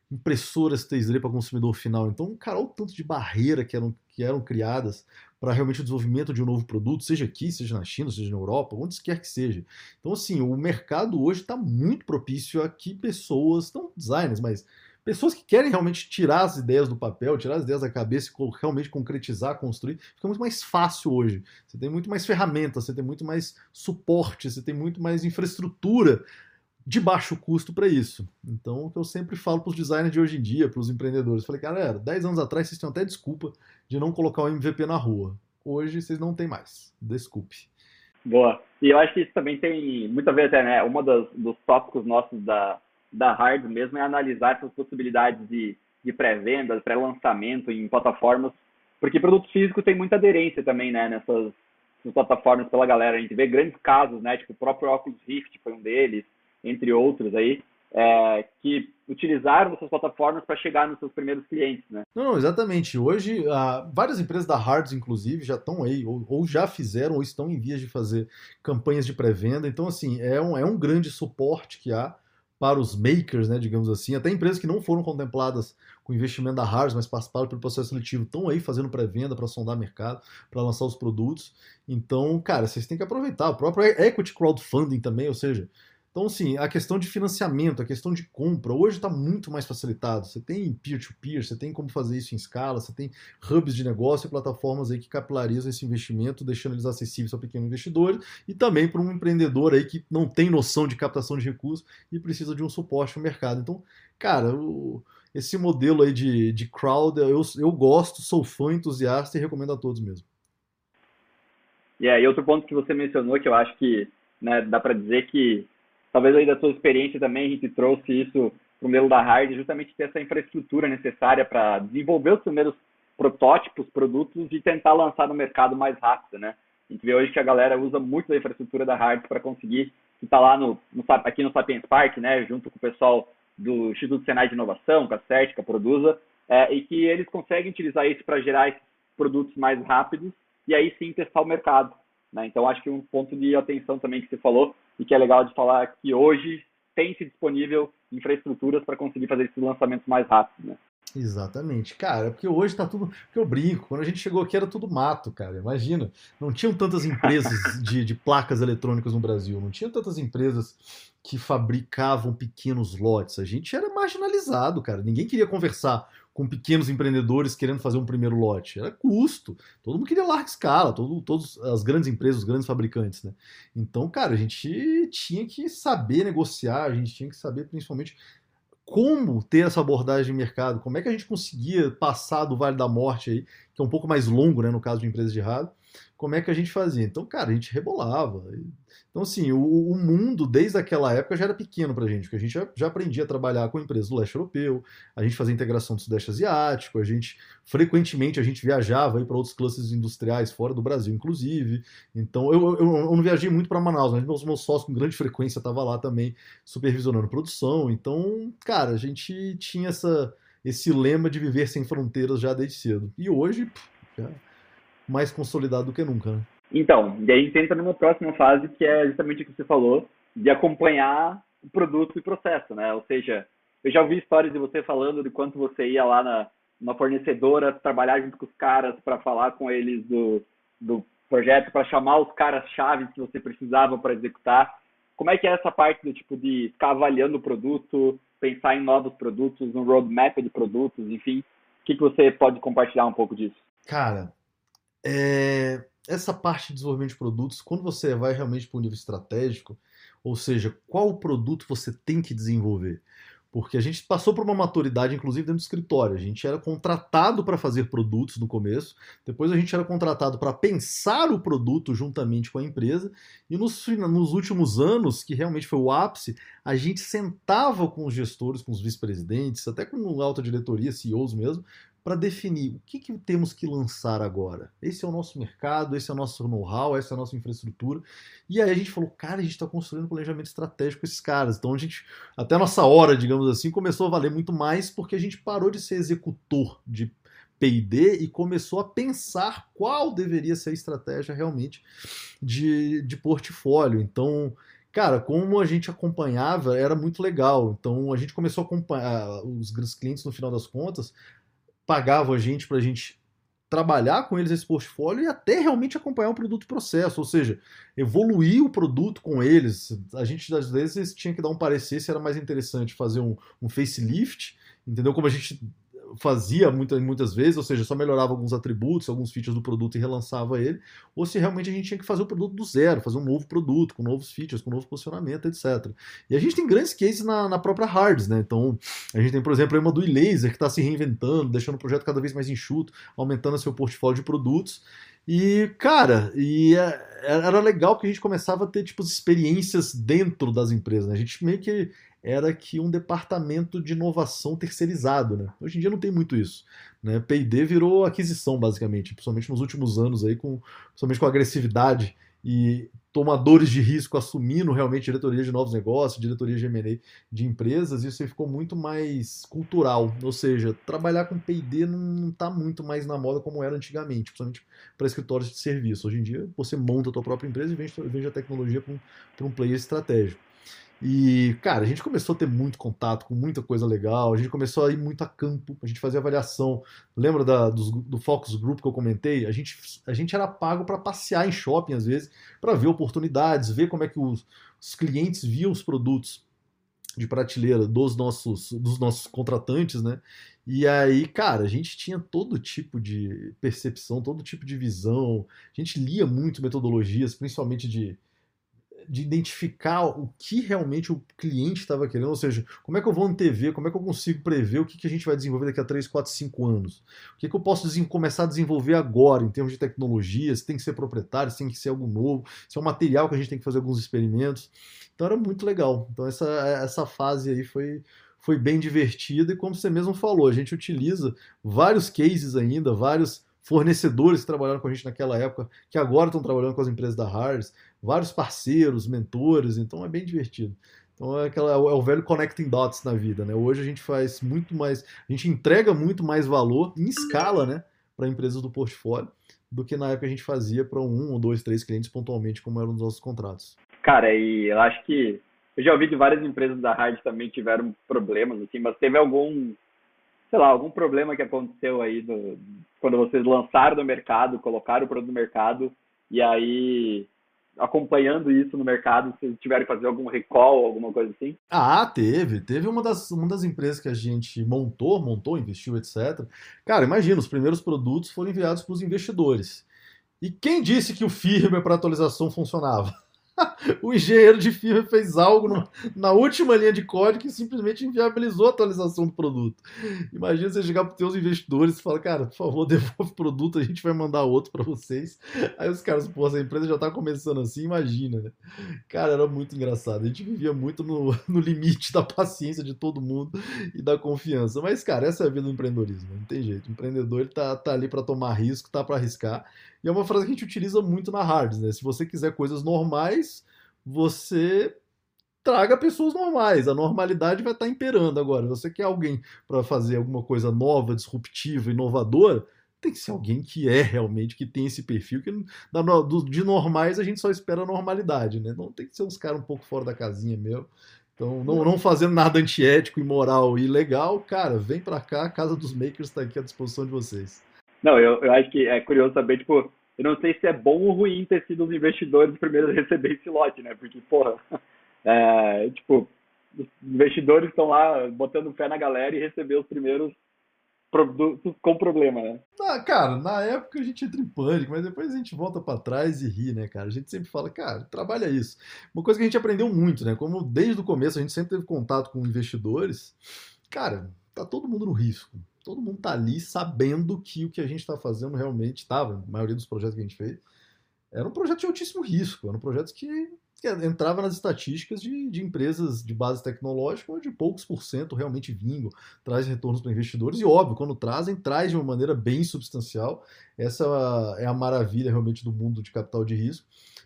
impressoras três D para consumidor final. Então, cara, olha o tanto de barreira que eram, que eram criadas para realmente o desenvolvimento de um novo produto, seja aqui, seja na China, seja na Europa, onde quer que seja. Então, assim, o mercado hoje está muito propício a que pessoas, não designers, mas pessoas que querem realmente tirar as ideias do papel, tirar as ideias da cabeça e realmente concretizar, construir, fica muito mais fácil hoje. Você tem muito mais ferramentas, você tem muito mais suporte, você tem muito mais infraestrutura de baixo custo para isso. Então, o que eu sempre falo para os designers de hoje em dia, para os empreendedores, eu falei, galera, dez anos atrás vocês tinham até desculpa de não colocar o M V P na rua. Hoje vocês não têm mais. Desculpe.
Boa. E eu acho que isso também tem muito a ver até, né? Uma das, dos tópicos nossos da, da Hard mesmo é analisar essas possibilidades de, de pré-venda, pré-lançamento em plataformas, porque produto físico tem muita aderência também, né? Nessas, nessas plataformas pela galera. A gente vê grandes casos, né? Tipo o próprio Oculus Rift foi um deles, entre outros aí, é, que utilizaram essas plataformas para chegar nos seus primeiros clientes, né?
Não, não, exatamente. Hoje, ah, várias empresas da Hards, inclusive, já estão aí, ou, ou já fizeram, ou estão em vias de fazer campanhas de pré-venda. Então, assim, é um, é um grande suporte que há para os makers, né, digamos assim. Até empresas que não foram contempladas com o investimento da Hards, mas passaram pelo processo seletivo, estão aí fazendo pré-venda para sondar mercado, para lançar os produtos. Então, cara, vocês têm que aproveitar. O próprio equity crowdfunding também, ou seja, então, sim, a questão de financiamento, a questão de compra, hoje está muito mais facilitado. Você tem peer-to-peer, você tem como fazer isso em escala, você tem hubs de negócio e plataformas aí que capilarizam esse investimento, deixando eles acessíveis para pequenos investidores e também para um empreendedor aí que não tem noção de captação de recursos e precisa de um suporte no mercado. Então, cara, o, esse modelo aí de, de crowd, eu, eu gosto, sou fã, entusiasta e recomendo a todos mesmo.
E aí, outro ponto que você mencionou, que eu acho que, né, dá para dizer que talvez aí da sua experiência também a gente trouxe isso para o modelo da Hard, justamente ter essa infraestrutura necessária para desenvolver os primeiros protótipos, produtos e tentar lançar no mercado mais rápido, né? A gente vê hoje que a galera usa muito da infraestrutura da Hard para conseguir, que está lá no, no, aqui no Sapiens Park, né, junto com o pessoal do Instituto Senai de Inovação, com a CERT, com a Produza, é, e que eles conseguem utilizar isso para gerar esses produtos mais rápidos e aí sim testar o mercado. Né? Então, acho que um ponto de atenção também que você falou, e que é legal de falar que hoje tem-se disponível infraestruturas para conseguir fazer esses lançamentos mais rápidos, né?
Exatamente, cara, porque hoje tá tudo. Porque eu brinco, quando a gente chegou aqui era tudo mato, cara. Imagina, não tinham tantas empresas de, de placas eletrônicas no Brasil, não tinha tantas empresas que fabricavam pequenos lotes. A gente era marginalizado, cara. Ninguém queria conversar com pequenos empreendedores querendo fazer um primeiro lote. Era custo. Todo mundo queria larga escala, todo, todas as grandes empresas, os grandes fabricantes, né? Então, cara, a gente tinha que saber negociar, a gente tinha que saber principalmente como ter essa abordagem de mercado, como é que a gente conseguia passar do Vale da Morte aí, que é um pouco mais longo, né, no caso de empresas de rádio, como é que a gente fazia? Então, cara, a gente rebolava. Então, assim, o, o mundo, desde aquela época, já era pequeno pra gente, porque a gente já, já aprendia a trabalhar com empresas do leste europeu, a gente fazia integração do sudeste asiático, a gente, frequentemente, a gente viajava para outros clusters industriais fora do Brasil, inclusive. Então, eu, eu, eu não viajei muito para Manaus, mas meus, meus sócios com grande frequência estavam lá também, supervisionando produção. Então, cara, a gente tinha essa, esse lema de viver sem fronteiras já desde cedo. E hoje, pff, já mais consolidado do que nunca, né?
Então, e aí a gente entra numa próxima fase que é justamente o que você falou, de acompanhar o produto e processo, né? Ou seja, eu já ouvi histórias de você falando de quanto você ia lá na uma fornecedora trabalhar junto com os caras para falar com eles do, do projeto, para chamar os caras-chave que você precisava para executar. Como é que é essa parte do tipo de ficar avaliando o produto, pensar em novos produtos, um roadmap de produtos, enfim? O que, que você pode compartilhar um pouco disso?
Cara, É, essa parte de desenvolvimento de produtos, quando você vai realmente para o nível estratégico, ou seja, qual produto você tem que desenvolver? Porque a gente passou por uma maturidade, inclusive dentro do escritório. A gente era contratado para fazer produtos no começo, depois a gente era contratado para pensar o produto juntamente com a empresa, e nos, nos últimos anos, que realmente foi o ápice, a gente sentava com os gestores, com os vice-presidentes, até com a alta diretoria, C E Os mesmo, para definir o que, que temos que lançar agora. Esse é o nosso mercado, esse é o nosso know-how, essa é a nossa infraestrutura. E aí a gente falou, cara, a gente está construindo um planejamento estratégico com esses caras. Então a gente, até a nossa hora, digamos assim, começou a valer muito mais porque a gente parou de ser executor de P e D e começou a pensar qual deveria ser a estratégia realmente de, de portfólio. Então, cara, como a gente acompanhava, era muito legal. Então a gente começou a acompanhar os clientes, no final das contas, pagavam a gente para a gente trabalhar com eles esse portfólio e até realmente acompanhar o produto processo, ou seja, evoluir o produto com eles. A gente, às vezes, tinha que dar um parecer se era mais interessante fazer um, um facelift, entendeu? Como a gente fazia muitas, muitas vezes, ou seja, só melhorava alguns atributos, alguns features do produto e relançava ele, ou se realmente a gente tinha que fazer o produto do zero, fazer um novo produto, com novos features, com novo posicionamento, etcétera. E a gente tem grandes cases na, na própria Hards, né? Então, a gente tem, por exemplo, uma do eLaser, que está se reinventando, deixando o projeto cada vez mais enxuto, aumentando seu portfólio de produtos. E, cara, e era legal porque a gente começava a ter, tipo, experiências dentro das empresas, né? A gente meio que era que um departamento de inovação terceirizado, né? Hoje em dia não tem muito isso, né? P e D virou aquisição, basicamente, principalmente nos últimos anos aí, com, principalmente com agressividade e tomadores de risco assumindo realmente diretoria de novos negócios, diretoria de M e A de empresas, isso aí ficou muito mais cultural, ou seja, trabalhar com P e D não está muito mais na moda como era antigamente, principalmente para escritórios de serviço. Hoje em dia você monta a tua própria empresa e vende, vende a tecnologia para um, um player estratégico. E, cara, a gente começou a ter muito contato com muita coisa legal, a gente começou a ir muito a campo, a gente fazia avaliação. Lembra da, do, do Focus Group que eu comentei? A gente, a gente era pago para passear em shopping, às vezes, para ver oportunidades, ver como é que os, os clientes viam os produtos de prateleira dos nossos, dos nossos contratantes, né? E aí, cara, a gente tinha todo tipo de percepção, todo tipo de visão, a gente lia muito metodologias, principalmente de de identificar o que realmente o cliente estava querendo, ou seja, como é que eu vou antever, como é que eu consigo prever o que, que a gente vai desenvolver daqui a três, quatro, cinco anos? O que, que eu posso começar a desenvolver agora, em termos de tecnologia, se tem que ser proprietário, se tem que ser algo novo, se é um material que a gente tem que fazer alguns experimentos. Então era muito legal. Então essa, essa fase aí foi, foi bem divertida e como você mesmo falou, a gente utiliza vários cases ainda, vários fornecedores que trabalharam com a gente naquela época, que agora estão trabalhando com as empresas da Hards, vários parceiros, mentores, então é bem divertido. Então é, aquela, é o velho connecting dots na vida, né? Hoje a gente faz muito mais, a gente entrega muito mais valor em escala, né, para empresas do portfólio, do que na época a gente fazia para um ou dois, três clientes pontualmente, como eram os nossos contratos.
Cara, e eu acho que eu já ouvi de várias empresas da Hards também tiveram problemas, assim, mas teve algum, sei lá, algum problema que aconteceu aí do, quando vocês lançaram no mercado, colocaram o produto no mercado, e aí, acompanhando isso no mercado, vocês tiveram que fazer algum recall, alguma coisa assim?
Ah, teve. Teve uma das, uma das empresas que a gente montou, montou, investiu, etcétera. Cara, imagina, os primeiros produtos foram enviados para os investidores. E quem disse que o firmware para atualização funcionava? O engenheiro de firmware fez algo no, na última linha de código que simplesmente inviabilizou a atualização do produto. Imagina você chegar para os teus investidores e falar, cara, por favor, devolve o produto, a gente vai mandar outro para vocês. Aí os caras, pô, essa empresa já está começando assim, imagina, né? Cara, era muito engraçado. A gente vivia muito no, no limite da paciência de todo mundo e da confiança. Mas, cara, essa é a vida do empreendedorismo, não tem jeito. O empreendedor, ele tá, tá ali para tomar risco, tá para arriscar. E é uma frase que a gente utiliza muito na Hards, né? Se você quiser coisas normais, você traga pessoas normais. A normalidade vai estar imperando agora. Você quer alguém para fazer alguma coisa nova, disruptiva, inovadora, tem que ser alguém que é realmente, que tem esse perfil, que de normais a gente só espera a normalidade, né? Não tem que ser uns caras um pouco fora da casinha mesmo. Então, não, não fazendo nada antiético, imoral e ilegal, cara, vem para cá, a Casa dos Makers está aqui à disposição de vocês.
Não, eu, eu acho que é curioso saber, tipo, eu não sei se é bom ou ruim ter sido os investidores primeiros a receber esse lote, né? Porque, porra, é, tipo, os investidores estão lá botando fé na galera e receber os primeiros produtos com problema, né?
Ah, cara, na época a gente entra em pânico, mas depois a gente volta pra trás e ri, né, cara? A gente sempre fala, cara, trabalha isso. Uma coisa que a gente aprendeu muito, né? Como desde o começo a gente sempre teve contato com investidores, cara, tá todo mundo no risco. Todo mundo tá ali sabendo que o que a gente está fazendo realmente estava, a maioria dos projetos que a gente fez, era um projeto de altíssimo risco, eram projetos que, que entrava nas estatísticas de, de empresas de base tecnológica, onde poucos por cento realmente vingam, traz retornos para investidores, e óbvio, quando trazem, traz de uma maneira bem substancial. Essa é a maravilha realmente do mundo de capital de risco.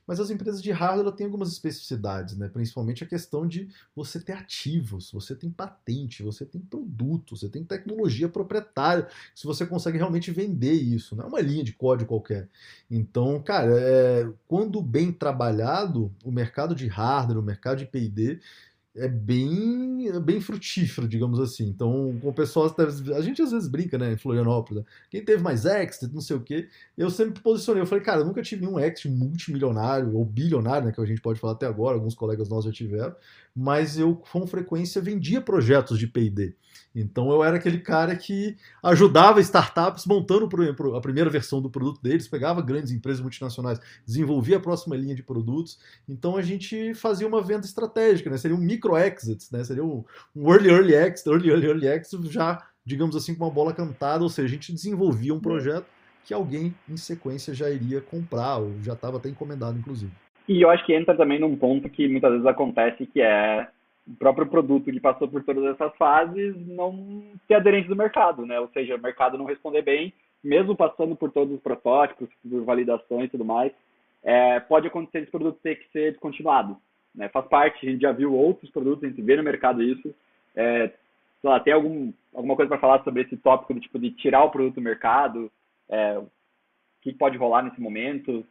Mas as empresas de hardware têm algumas especificidades, né? Principalmente a questão de você ter ativos, você tem patente, você tem produto, você tem tecnologia proprietária, se você consegue realmente vender isso, não é uma linha de código qualquer. Então, cara, é, quando bem trabalhado, o mercado de hardware, o mercado de P e D, é bem, é bem frutífero, digamos assim. Então, com o pessoal, a gente às vezes brinca, né, em Florianópolis, né? Quem teve mais exit, não sei o quê. Eu sempre posicionei, eu falei, cara, eu nunca tive nenhum exit multimilionário ou bilionário, né, que a gente pode falar até agora, alguns colegas nossos já tiveram, mas eu com frequência vendia projetos de P e D. Então eu era aquele cara que ajudava startups montando a primeira versão do produto deles, pegava grandes empresas multinacionais, desenvolvia a próxima linha de produtos. Então a gente fazia uma venda estratégica, né? Seria um micro exits, né? Seria um, um early early exit, early early early exit já, digamos assim, com uma bola cantada, ou seja, a gente desenvolvia um projeto que alguém em sequência já iria comprar, ou já estava até encomendado, inclusive.
E eu acho que entra também num ponto que muitas vezes acontece, que é o próprio produto que passou por todas essas fases não ser aderente do mercado, né? Ou seja, o mercado não responder bem, mesmo passando por todos os protótipos, por validações e tudo mais, é, pode acontecer esse produto ter que ser descontinuado, né? Faz parte, a gente já viu outros produtos, a gente vê no mercado isso. É, sei lá, tem algum, alguma coisa para falar sobre esse tópico do tipo de tirar o produto do mercado? É, o que pode rolar nesse momento?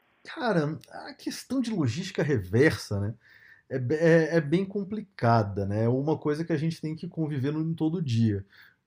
Cara, a questão de logística reversa, né? É, é, é bem complicada, né? É uma coisa que a gente tem que conviver no todo dia.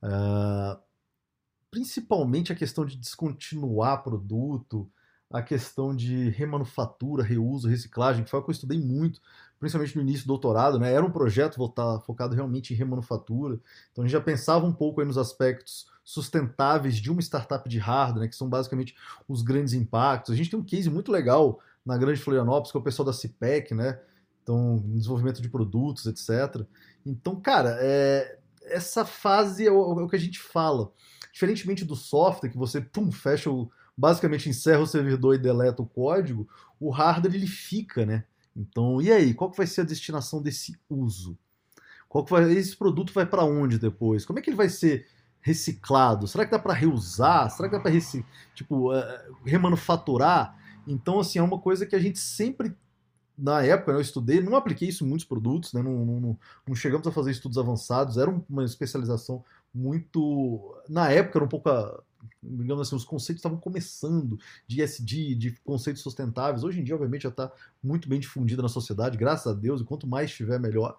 Uh, principalmente a questão de descontinuar produto, a questão de remanufatura, reuso, reciclagem, que foi algo que eu estudei muito, principalmente no início do doutorado, né? Era um projeto voltado, focado realmente em remanufatura, então a gente já pensava um pouco aí nos aspectos sustentáveis de uma startup de hardware, né? Que são basicamente os grandes impactos. A gente tem um case muito legal na Grande Florianópolis, que é o pessoal da CIPEC, né? Então, desenvolvimento de produtos, etcétera. Então, cara, é, essa fase é o, é o que a gente fala. Diferentemente do software, que você pum, fecha o, basicamente encerra o servidor e deleta o código, o hardware ele fica, né? Então, e aí, qual que vai ser a destinação desse uso? Qual que vai, esse produto vai para onde depois? Como é que ele vai ser reciclado? Será que dá para reusar? Será que dá para tipo, uh, remanufaturar? Então, assim, é uma coisa que a gente sempre na época, né, eu estudei, não apliquei isso em muitos produtos, né, não, não, não chegamos a fazer estudos avançados, era uma especialização muito... Na época, era um pouco, a, digamos assim, os conceitos estavam começando de E S G, de conceitos sustentáveis. Hoje em dia, obviamente, já está muito bem difundida na sociedade, graças a Deus, e quanto mais tiver, melhor.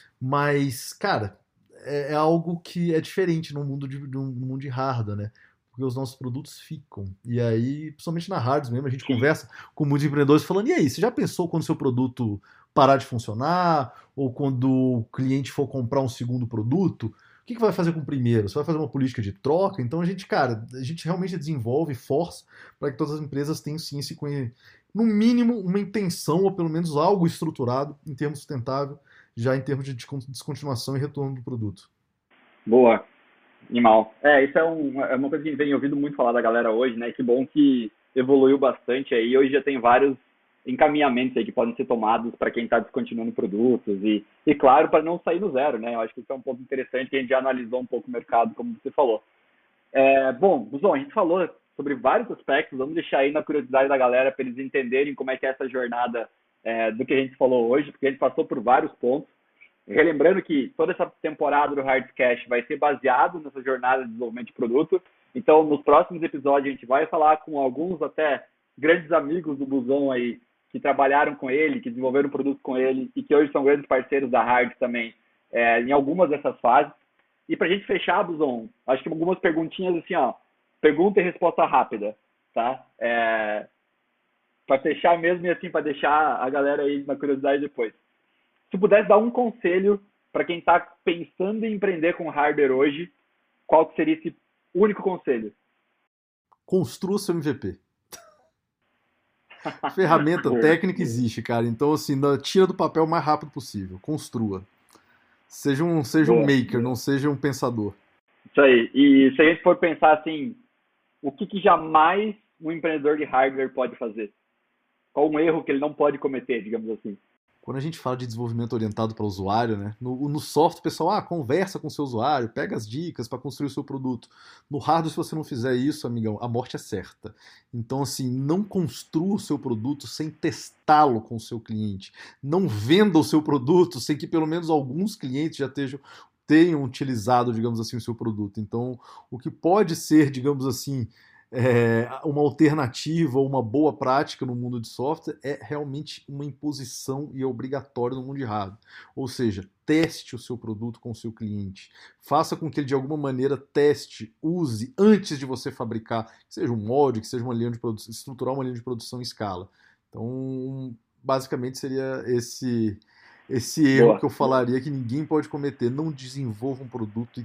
Mas, cara, é, é algo que é diferente no mundo de, no mundo de hardware, né? Porque os nossos produtos ficam. E aí, principalmente na Hards mesmo, a gente
Sim.
conversa com muitos empreendedores falando, e aí, você já pensou quando o seu produto parar de funcionar? Ou quando o cliente for comprar um segundo produto? O que, que vai fazer com o primeiro? Você vai fazer uma política de troca? Então a gente, cara, a gente realmente desenvolve, força para que todas as empresas tenham sim esse conhecimento. No mínimo, uma intenção, ou pelo menos algo estruturado em termos sustentável, já em termos de descontinuação e retorno do produto.
Boa. Animal. É, isso é, um, é uma coisa que a gente vem ouvindo muito falar da galera hoje, né? Que bom que evoluiu bastante aí. Hoje já tem vários encaminhamentos aí que podem ser tomados para quem está descontinuando produtos e, e claro, para não sair no zero, né? Eu acho que isso é um ponto interessante que a gente já analisou um pouco o mercado, como você falou. É, bom, Buzão, a gente falou sobre vários aspectos, vamos deixar aí na curiosidade da galera para eles entenderem como é que é essa jornada é, do que a gente falou hoje, porque a gente passou por vários pontos. Relembrando que toda essa temporada do Hardcast vai ser baseado nessa jornada de desenvolvimento de produto. Então, nos próximos episódios, a gente vai falar com alguns até grandes amigos do Busão aí, que trabalharam com ele, que desenvolveram produto com ele e que hoje são grandes parceiros da Hard também, é, em algumas dessas fases. E para a gente fechar, Busão, acho que algumas perguntinhas assim, ó, pergunta e resposta rápida, tá? É, para fechar mesmo e assim, para deixar a galera aí na curiosidade depois. Se pudesse dar um conselho para quem está pensando em empreender com hardware hoje, qual que seria esse único conselho?
Construa seu M V P. Ferramenta técnica existe, cara. Então, assim, tira do papel o mais rápido possível. Construa. Seja um, seja um maker, não seja um pensador.
Isso aí. E se a gente for pensar assim, o que, que jamais um empreendedor de hardware pode fazer? Qual um erro que ele não pode cometer, digamos assim?
quando a gente fala de desenvolvimento orientado para o usuário, né, no, no software o pessoal ah, conversa com o seu usuário, pega as dicas para construir o seu produto. No hardware, se você não fizer isso, amigão, a morte é certa. Então, assim, não construa o seu produto sem testá-lo com o seu cliente. Não venda o seu produto sem que pelo menos alguns clientes já estejam, tenham utilizado, digamos assim, o seu produto. Então, o que pode ser, digamos assim, É, uma alternativa ou uma boa prática no mundo de software é realmente uma imposição e é obrigatório no mundo de hardware. Ou seja, teste o seu produto com o seu cliente. Faça com que ele de alguma maneira teste, use antes de você fabricar, que seja um molde, que seja uma linha de produção, estruturar uma linha de produção em escala. Então, basicamente seria esse, esse erro boa, que eu falaria boa. Que ninguém pode cometer. Não desenvolva um produto e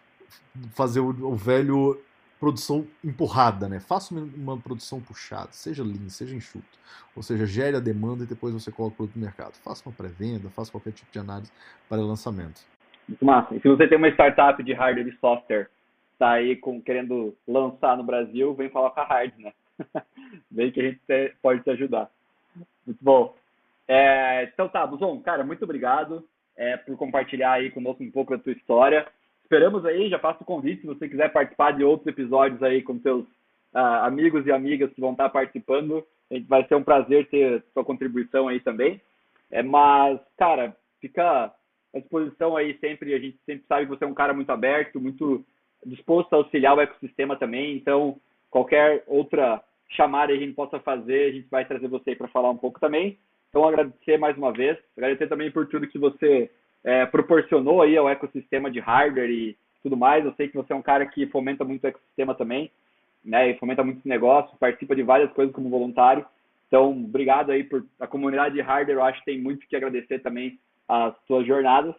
fazer o, o velho... produção empurrada, né? Faça uma, uma produção puxada, seja lean, seja enxuto. Ou seja, gere a demanda e depois você coloca o produto no mercado. Faça uma pré-venda, faça qualquer tipo de análise para lançamento.
Muito massa. E se você tem uma startup de hardware e software, tá aí com, querendo lançar no Brasil, vem falar com a Hard, né? Vem que a gente te, pode te ajudar. Muito bom. É, então tá, Buzon, cara, muito obrigado é, por compartilhar aí conosco um pouco da tua história. Esperamos aí, já faço o convite, se você quiser participar de outros episódios aí com seus uh, amigos e amigas que vão estar participando. A gente vai ser um prazer ter sua contribuição aí também. É, mas, cara, fica à disposição aí sempre. A gente sempre sabe que você é um cara muito aberto, muito disposto a auxiliar o ecossistema também. Então, qualquer outra chamada que a gente possa fazer, a gente vai trazer você aí para falar um pouco também. Então, agradecer mais uma vez. Agradecer também por tudo que você... É, proporcionou aí ao ecossistema de hardware e tudo mais. Eu sei que você é um cara que fomenta muito o ecossistema também, né? E fomenta muitos negócios, participa de várias coisas como voluntário. Então, obrigado aí por a comunidade de hardware. Eu acho que tem muito que agradecer também as suas jornadas.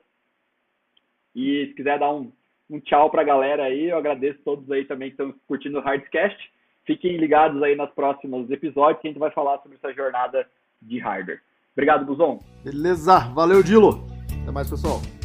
E se quiser dar um, um tchau para a galera aí, eu agradeço todos aí também que estão curtindo o Hardcast. Fiquem ligados aí nos próximos episódios que a gente vai falar sobre essa jornada de hardware. Obrigado, Buzon.
Beleza, valeu, Dilo. Até mais, pessoal.